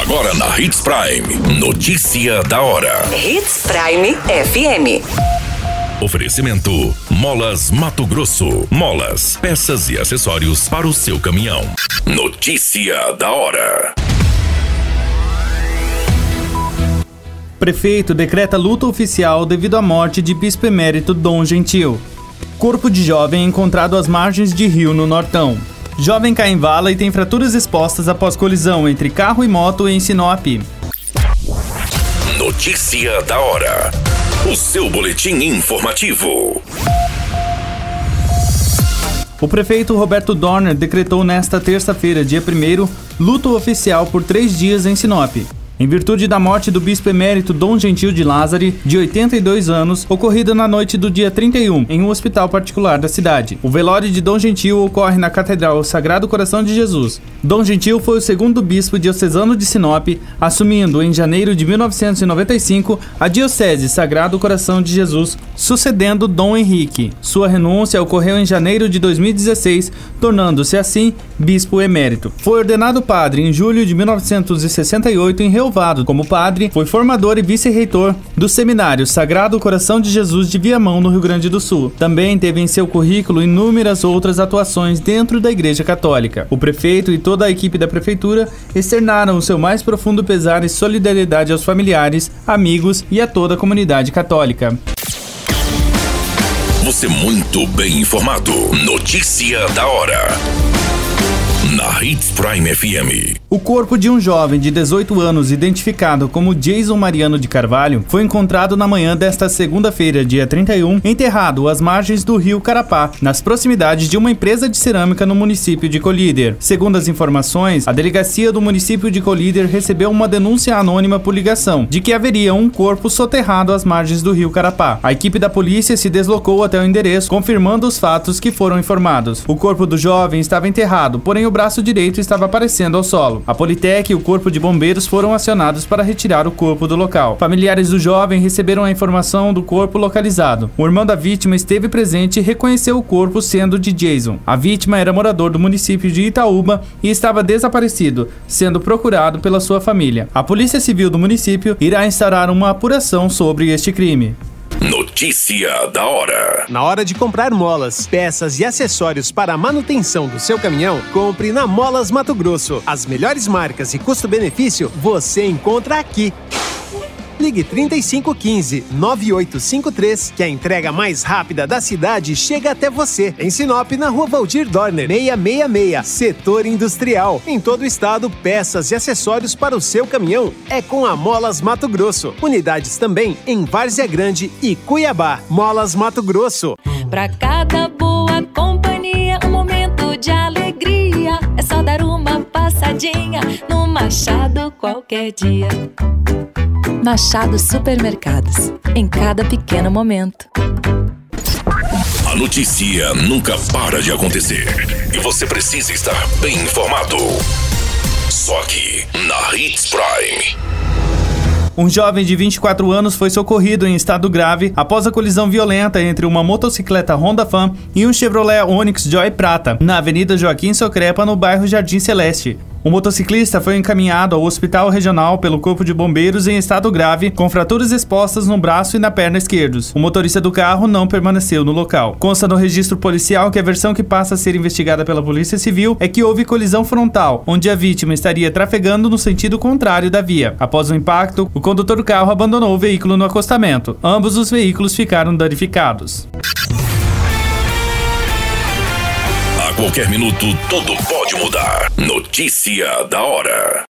Agora na Hits Prime. Notícia da hora. Hits Prime FM. Oferecimento: Molas Mato Grosso. Molas, peças e acessórios para o seu caminhão. Notícia da hora. Prefeito decreta luta oficial devido à morte de Bispo Emérito Dom Gentil. Corpo de jovem encontrado às margens de rio no Nortão. Jovem cai em vala e tem fraturas expostas após colisão entre carro e moto em Sinop. Notícia da hora. O seu boletim informativo. O prefeito Roberto Dorner decretou nesta terça-feira, dia 1º, luto oficial por 3 dias em Sinop, em virtude da morte do Bispo Emérito Dom Gentil de Lázari, de 82 anos, ocorrida na noite do dia 31, em um hospital particular da cidade. O velório de Dom Gentil ocorre na Catedral Sagrado Coração de Jesus. Dom Gentil foi o segundo bispo diocesano de Sinop, assumindo em janeiro de 1995 a Diocese Sagrado Coração de Jesus, sucedendo Dom Henrique. Sua renúncia ocorreu em janeiro de 2016, tornando-se assim bispo emérito. Foi ordenado padre em julho de 1968 em Rio Vado. Como padre, foi formador e vice-reitor do Seminário Sagrado Coração de Jesus de Viamão, no Rio Grande do Sul. Também teve em seu currículo inúmeras outras atuações dentro da Igreja Católica. O prefeito e toda a equipe da prefeitura externaram o seu mais profundo pesar e solidariedade aos familiares, amigos e a toda a comunidade católica. Você muito bem informado. Notícia da hora. Na Hits Prime FM. O corpo de um jovem de 18 anos, identificado como Jason Mariano de Carvalho, foi encontrado na manhã desta segunda-feira, dia 31, enterrado às margens do rio Carapá, nas proximidades de uma empresa de cerâmica no município de Colíder. Segundo as informações, a delegacia do município de Colíder recebeu uma denúncia anônima por ligação de que haveria um corpo soterrado às margens do rio Carapá. A equipe da polícia se deslocou até o endereço, confirmando os fatos que foram informados. O corpo do jovem estava enterrado, porém o braço direito estava aparecendo ao solo. A Politec e o Corpo de Bombeiros foram acionados para retirar o corpo do local. Familiares do jovem receberam a informação do corpo localizado. O irmão da vítima esteve presente e reconheceu o corpo sendo de Jason. A vítima era morador do município de Itaúba e estava desaparecido, sendo procurado pela sua família. A Polícia Civil do município irá instaurar uma apuração sobre este crime. Notícia da hora. Na hora de comprar molas, peças e acessórios para a manutenção do seu caminhão, compre na Molas Mato Grosso. As melhores marcas e custo-benefício você encontra aqui. Ligue 3515-9853, que a entrega mais rápida da cidade chega até você. Em Sinop, na Rua Valdir Dorner, 666, Setor Industrial. Em todo o estado, peças e acessórios para o seu caminhão é com a Molas Mato Grosso. Unidades também em Várzea Grande e Cuiabá. Molas Mato Grosso. Pra cada boa companhia, um momento de alegria. É só dar uma passadinha no Machado qualquer dia. Machado Supermercados, em cada pequeno momento. A notícia nunca para de acontecer e você precisa estar bem informado. Só aqui na Hits Prime. Um jovem de 24 anos foi socorrido em estado grave após a colisão violenta entre uma motocicleta Honda Fan e um Chevrolet Onix Joy Prata, na Avenida Joaquim Socrepa, no bairro Jardim Celeste. O motociclista foi encaminhado ao hospital regional pelo Corpo de Bombeiros em estado grave, com fraturas expostas no braço e na perna esquerdos. O motorista do carro não permaneceu no local. Consta no registro policial que a versão que passa a ser investigada pela Polícia Civil é que houve colisão frontal, onde a vítima estaria trafegando no sentido contrário da via. Após o impacto, o condutor do carro abandonou o veículo no acostamento. Ambos os veículos ficaram danificados. A qualquer minuto, tudo pode mudar. Notícia da hora.